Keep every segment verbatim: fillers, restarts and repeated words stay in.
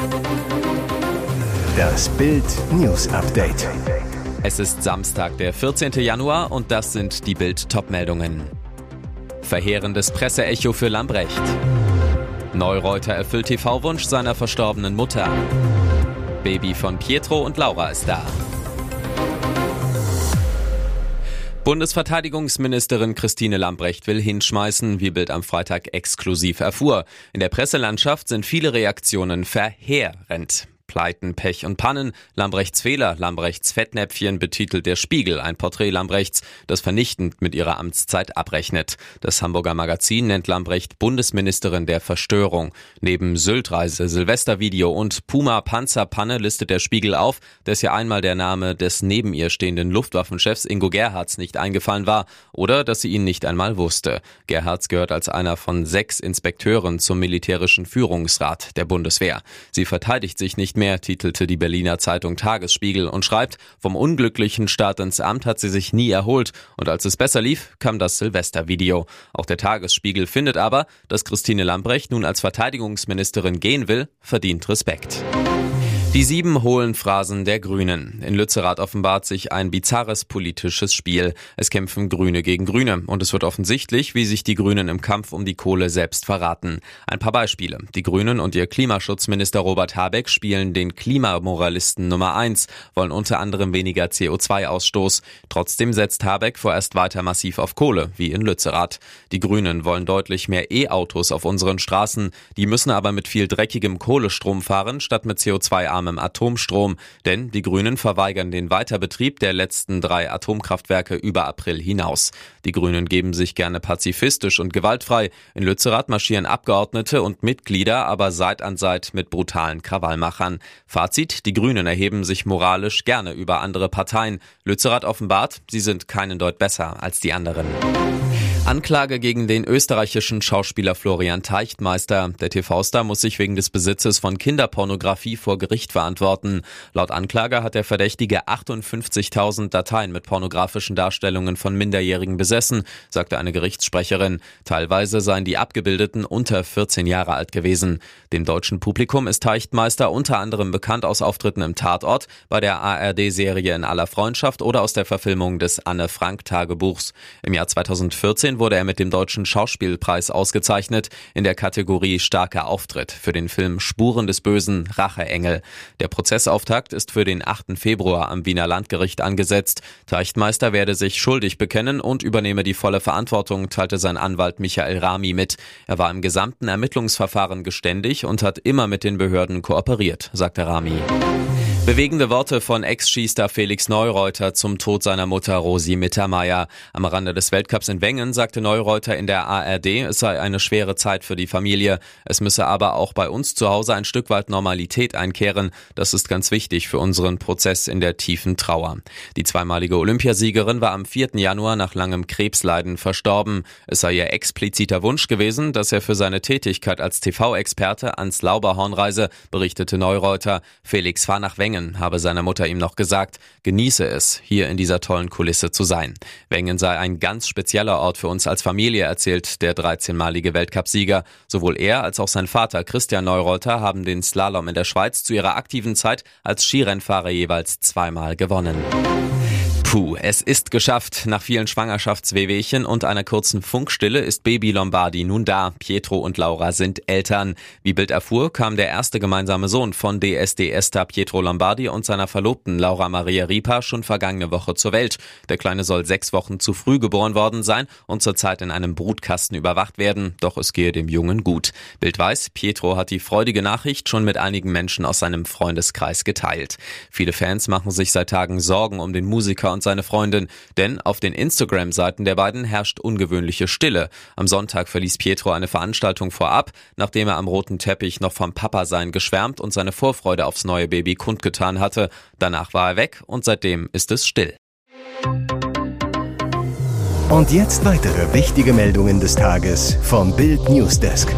Das Bild News Update. Es ist Samstag, der vierzehnten Januar und das sind die Bild-Top-Meldungen. Verheerendes Presseecho für Lambrecht. Neureuter erfüllt T V-Wunsch seiner verstorbenen Mutter. Baby von Pietro und Laura ist da. Bundesverteidigungsministerin Christine Lambrecht will hinschmeißen, wie Bild am Freitag exklusiv erfuhr. In der Presselandschaft sind viele Reaktionen verheerend. Pleiten, Pech und Pannen, Lambrechts Fehler, Lambrechts Fettnäpfchen betitelt der Spiegel, ein Porträt Lambrechts, das vernichtend mit ihrer Amtszeit abrechnet. Das Hamburger Magazin nennt Lambrecht Bundesministerin der Verstörung. Neben Sylt-Reise, Silvestervideo und Puma-Panzerpanne listet der Spiegel auf, dass ja einmal der Name des neben ihr stehenden Luftwaffenchefs Ingo Gerhards nicht eingefallen war oder dass sie ihn nicht einmal wusste. Gerhards gehört als einer von sechs Inspekteuren zum militärischen Führungsrat der Bundeswehr. Sie verteidigt sich nicht mehr, titelte die Berliner Zeitung Tagesspiegel und schreibt, vom unglücklichen Start ins Amt hat sie sich nie erholt und als es besser lief, kam das Silvestervideo. Auch der Tagesspiegel findet aber, dass Christine Lambrecht nun als Verteidigungsministerin gehen will, verdient Respekt. Die sieben hohlen Phrasen der Grünen. In Lützerath offenbart sich ein bizarres politisches Spiel. Es kämpfen Grüne gegen Grüne und es wird offensichtlich, wie sich die Grünen im Kampf um die Kohle selbst verraten. Ein paar Beispiele. Die Grünen und ihr Klimaschutzminister Robert Habeck spielen den Klimamoralisten Nummer eins, wollen unter anderem weniger C O zwei Ausstoß. Trotzdem setzt Habeck vorerst weiter massiv auf Kohle, wie in Lützerath. Die Grünen wollen deutlich mehr E-Autos auf unseren Straßen. Die müssen aber mit viel dreckigem Kohlestrom fahren, statt mit C O zwei armem Atomstrom, denn die Grünen verweigern den Weiterbetrieb der letzten drei Atomkraftwerke über April hinaus. Die Grünen geben sich gerne pazifistisch und gewaltfrei. In Lützerath marschieren Abgeordnete und Mitglieder aber Seit an Seit mit brutalen Krawallmachern. Fazit: Die Grünen erheben sich moralisch gerne über andere Parteien. Lützerath offenbart, sie sind keinen Deut besser als die anderen. Anklage gegen den österreichischen Schauspieler Florian Teichtmeister. Der T V-Star muss sich wegen des Besitzes von Kinderpornografie vor Gericht verantworten. Laut Anklage hat der Verdächtige achtundfünfzigtausend Dateien mit pornografischen Darstellungen von Minderjährigen besessen, sagte eine Gerichtssprecherin. Teilweise seien die Abgebildeten unter vierzehn Jahre alt gewesen. Dem deutschen Publikum ist Teichtmeister unter anderem bekannt aus Auftritten im Tatort, bei der A R D-Serie In aller Freundschaft oder aus der Verfilmung des Anne-Frank-Tagebuchs. Im Jahr zweitausendvierzehn wurde er mit dem Deutschen Schauspielpreis ausgezeichnet in der Kategorie Starker Auftritt für den Film Spuren des Bösen, Racheengel. Der Prozessauftakt ist für den achten Februar am Wiener Landgericht angesetzt. Teichtmeister werde sich schuldig bekennen und übernehme die volle Verantwortung, teilte sein Anwalt Michael Rami mit. Er war im gesamten Ermittlungsverfahren geständig und hat immer mit den Behörden kooperiert, sagte Rami. Bewegende Worte von Ex-Skistar Felix Neureuter zum Tod seiner Mutter Rosi Mittermeier. Am Rande des Weltcups in Wengen sagte Neureuter in der A R D, es sei eine schwere Zeit für die Familie. Es müsse aber auch bei uns zu Hause ein Stück weit Normalität einkehren. Das ist ganz wichtig für unseren Prozess in der tiefen Trauer. Die zweimalige Olympiasiegerin war am vierten Januar nach langem Krebsleiden verstorben. Es sei ihr expliziter Wunsch gewesen, dass er für seine Tätigkeit als T V-Experte ans Lauberhorn reise, berichtete Neureuter. Felix, fahr nach Wengen, habe seine Mutter ihm noch gesagt, genieße es, hier in dieser tollen Kulisse zu sein. Wengen sei ein ganz spezieller Ort für uns als Familie, erzählt der dreizehnmalige Weltcupsieger. Sowohl er als auch sein Vater Christian Neureuter haben den Slalom in der Schweiz zu ihrer aktiven Zeit als Skirennfahrer jeweils zweimal gewonnen. Puh, es ist geschafft. Nach vielen Schwangerschaftswehwehchen und einer kurzen Funkstille ist Baby Lombardi nun da. Pietro und Laura sind Eltern. Wie Bild erfuhr, kam der erste gemeinsame Sohn von D S D-Star Pietro Lombardi und seiner Verlobten Laura Maria Ripa schon vergangene Woche zur Welt. Der Kleine soll sechs Wochen zu früh geboren worden sein und zurzeit in einem Brutkasten überwacht werden. Doch es gehe dem Jungen gut. Bild weiß, Pietro hat die freudige Nachricht schon mit einigen Menschen aus seinem Freundeskreis geteilt. Viele Fans machen sich seit Tagen Sorgen um den Musiker und seine Freundin, denn auf den Instagram-Seiten der beiden herrscht ungewöhnliche Stille. Am Sonntag verließ Pietro eine Veranstaltung vorab, nachdem er am roten Teppich noch vom Papa-Sein geschwärmt und seine Vorfreude aufs neue Baby kundgetan hatte. Danach war er weg und seitdem ist es still. Und jetzt weitere wichtige Meldungen des Tages vom Bild Newsdesk.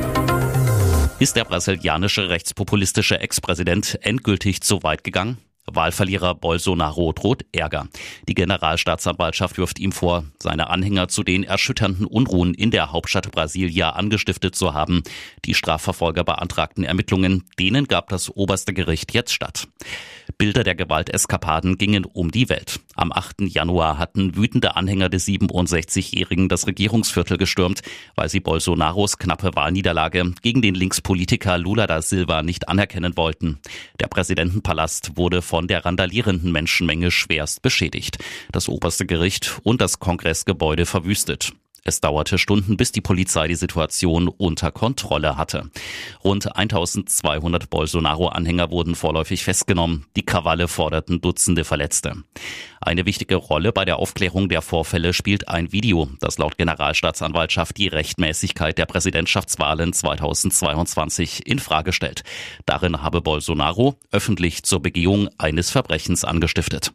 Ist der brasilianische rechtspopulistische Ex-Präsident endgültig zu weit gegangen? Wahlverlierer Bolsonaro droht Ärger. Die Generalstaatsanwaltschaft wirft ihm vor, seine Anhänger zu den erschütternden Unruhen in der Hauptstadt Brasilia angestiftet zu haben. Die Strafverfolger beantragten Ermittlungen, denen gab das oberste Gericht jetzt statt. Bilder der Gewalteskapaden gingen um die Welt. Am achten Januar hatten wütende Anhänger des siebenundsechzigjährigen das Regierungsviertel gestürmt, weil sie Bolsonaros knappe Wahlniederlage gegen den Linkspolitiker Lula da Silva nicht anerkennen wollten. Der Präsidentenpalast wurde von der randalierenden Menschenmenge schwerst beschädigt. Das oberste Gericht und das Kongressgebäude verwüstet. Es dauerte Stunden, bis die Polizei die Situation unter Kontrolle hatte. Rund eintausendzweihundert Bolsonaro-Anhänger wurden vorläufig festgenommen. Die Krawalle forderten Dutzende Verletzte. Eine wichtige Rolle bei der Aufklärung der Vorfälle spielt ein Video, das laut Generalstaatsanwaltschaft die Rechtmäßigkeit der Präsidentschaftswahlen zweitausendzweiundzwanzig in Frage stellt. Darin habe Bolsonaro öffentlich zur Begehung eines Verbrechens angestiftet.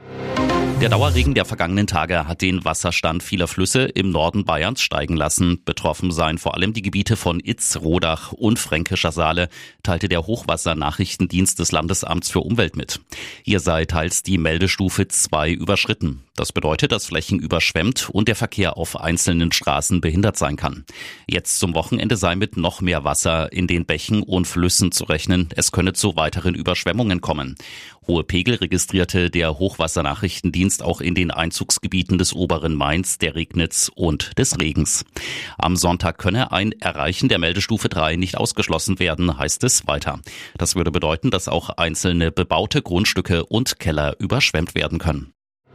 Der Dauerregen der vergangenen Tage hat den Wasserstand vieler Flüsse im Norden Bayerns steigen lassen. Betroffen seien vor allem die Gebiete von Itz, Rodach und Fränkischer Saale, teilte der Hochwassernachrichtendienst des Landesamts für Umwelt mit. Hier sei teils die Meldestufe zwei überschritten. Das bedeutet, dass Flächen überschwemmt und der Verkehr auf einzelnen Straßen behindert sein kann. Jetzt zum Wochenende sei mit noch mehr Wasser in den Bächen und Flüssen zu rechnen. Es könne zu weiteren Überschwemmungen kommen. Hohe Pegel registrierte der Hochwassernachrichtendienst auch in den Einzugsgebieten des oberen Mains, der Regnitz und des Regens. Am Sonntag könne ein Erreichen der Meldestufe drei nicht ausgeschlossen werden, heißt es weiter. Das würde bedeuten, dass auch einzelne bebaute Grundstücke und Keller überschwemmt werden können.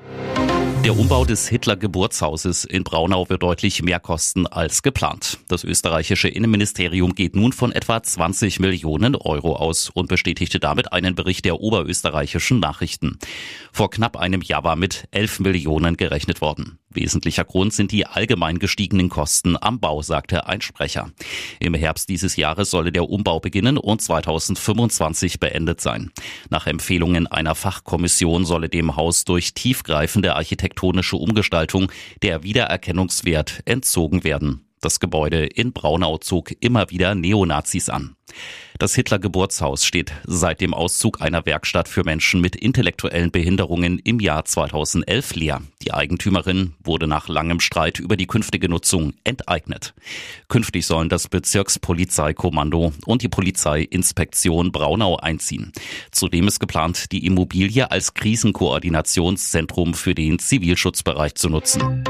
Der Umbau des Hitler-Geburtshauses in Braunau wird deutlich mehr kosten als geplant. Das österreichische Innenministerium geht nun von etwa zwanzig Millionen Euro aus und bestätigte damit einen Bericht der oberösterreichischen Nachrichten. Vor knapp einem Jahr war mit elf Millionen gerechnet worden. Wesentlicher Grund sind die allgemein gestiegenen Kosten am Bau, sagte ein Sprecher. Im Herbst dieses Jahres solle der Umbau beginnen und zweitausendfünfundzwanzig beendet sein. Nach Empfehlungen einer Fachkommission solle dem Haus durch tiefgreifende architektonische Umgestaltung der Wiedererkennungswert entzogen werden. Das Gebäude in Braunau zog immer wieder Neonazis an. Das Hitler-Geburtshaus steht seit dem Auszug einer Werkstatt für Menschen mit intellektuellen Behinderungen im Jahr zweitausendelf leer. Die Eigentümerin wurde nach langem Streit über die künftige Nutzung enteignet. Künftig sollen das Bezirkspolizeikommando und die Polizeiinspektion Braunau einziehen. Zudem ist geplant, die Immobilie als Krisenkoordinationszentrum für den Zivilschutzbereich zu nutzen.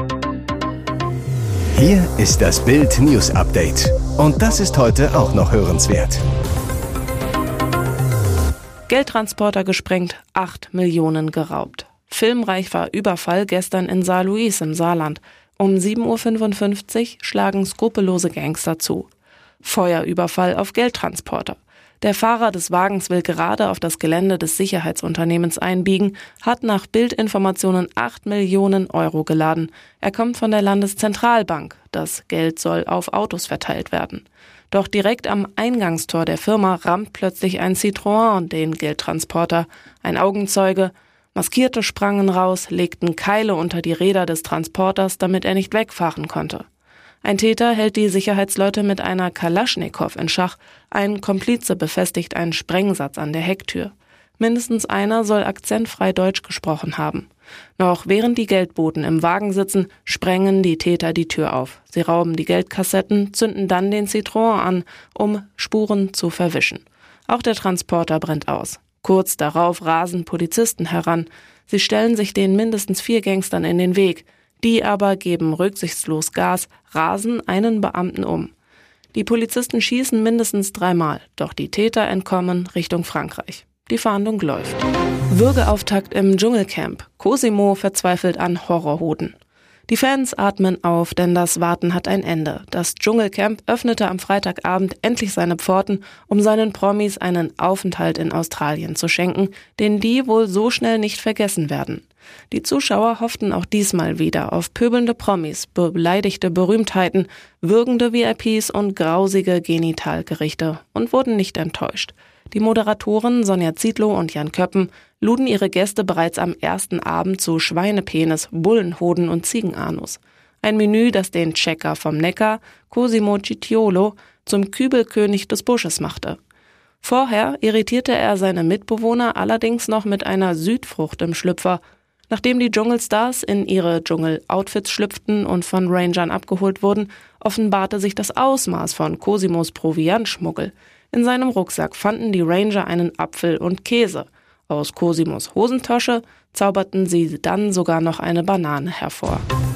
Hier ist das Bild News Update. Und das ist heute auch noch hörenswert. Geldtransporter gesprengt, acht Millionen geraubt. Filmreich war Überfall gestern in Saarlouis im Saarland. Um sieben Uhr fünfundfünfzig schlagen skrupellose Gangster zu. Feuerüberfall auf Geldtransporter. Der Fahrer des Wagens will gerade auf das Gelände des Sicherheitsunternehmens einbiegen, hat nach Bildinformationen acht Millionen Euro geladen. Er kommt von der Landeszentralbank. Das Geld soll auf Autos verteilt werden. Doch direkt am Eingangstor der Firma rammt plötzlich ein Citroën den Geldtransporter. Ein Augenzeuge: Maskierte sprangen raus, legten Keile unter die Räder des Transporters, damit er nicht wegfahren konnte. Ein Täter hält die Sicherheitsleute mit einer Kalaschnikow in Schach. Ein Komplize befestigt einen Sprengsatz an der Hecktür. Mindestens einer soll akzentfrei Deutsch gesprochen haben. Noch während die Geldboten im Wagen sitzen, sprengen die Täter die Tür auf. Sie rauben die Geldkassetten, zünden dann den Citroën an, um Spuren zu verwischen. Auch der Transporter brennt aus. Kurz darauf rasen Polizisten heran. Sie stellen sich den mindestens vier Gangstern in den Weg. Die aber geben rücksichtslos Gas, rasen einen Beamten um. Die Polizisten schießen mindestens dreimal, doch die Täter entkommen Richtung Frankreich. Die Fahndung läuft. Würgeauftakt im Dschungelcamp. Cosimo verzweifelt an Horrorhoden. Die Fans atmen auf, denn das Warten hat ein Ende. Das Dschungelcamp öffnete am Freitagabend endlich seine Pforten, um seinen Promis einen Aufenthalt in Australien zu schenken, den die wohl so schnell nicht vergessen werden. Die Zuschauer hofften auch diesmal wieder auf pöbelnde Promis, beleidigte Berühmtheiten, würgende V I Ps und grausige Genitalgerichte und wurden nicht enttäuscht. Die Moderatoren Sonja Zietlow und Jan Köppen luden ihre Gäste bereits am ersten Abend zu Schweinepenis, Bullenhoden und Ziegenanus. Ein Menü, das den Checker vom Neckar, Cosimo Cicciolo, zum Kübelkönig des Busches machte. Vorher irritierte er seine Mitbewohner allerdings noch mit einer Südfrucht im Schlüpfer. Nachdem die Dschungelstars in ihre Dschungel-Outfits schlüpften und von Rangern abgeholt wurden, offenbarte sich das Ausmaß von Cosimos Proviantschmuggel. In seinem Rucksack fanden die Ranger einen Apfel und Käse. Aus Cosimos Hosentasche zauberten sie dann sogar noch eine Banane hervor.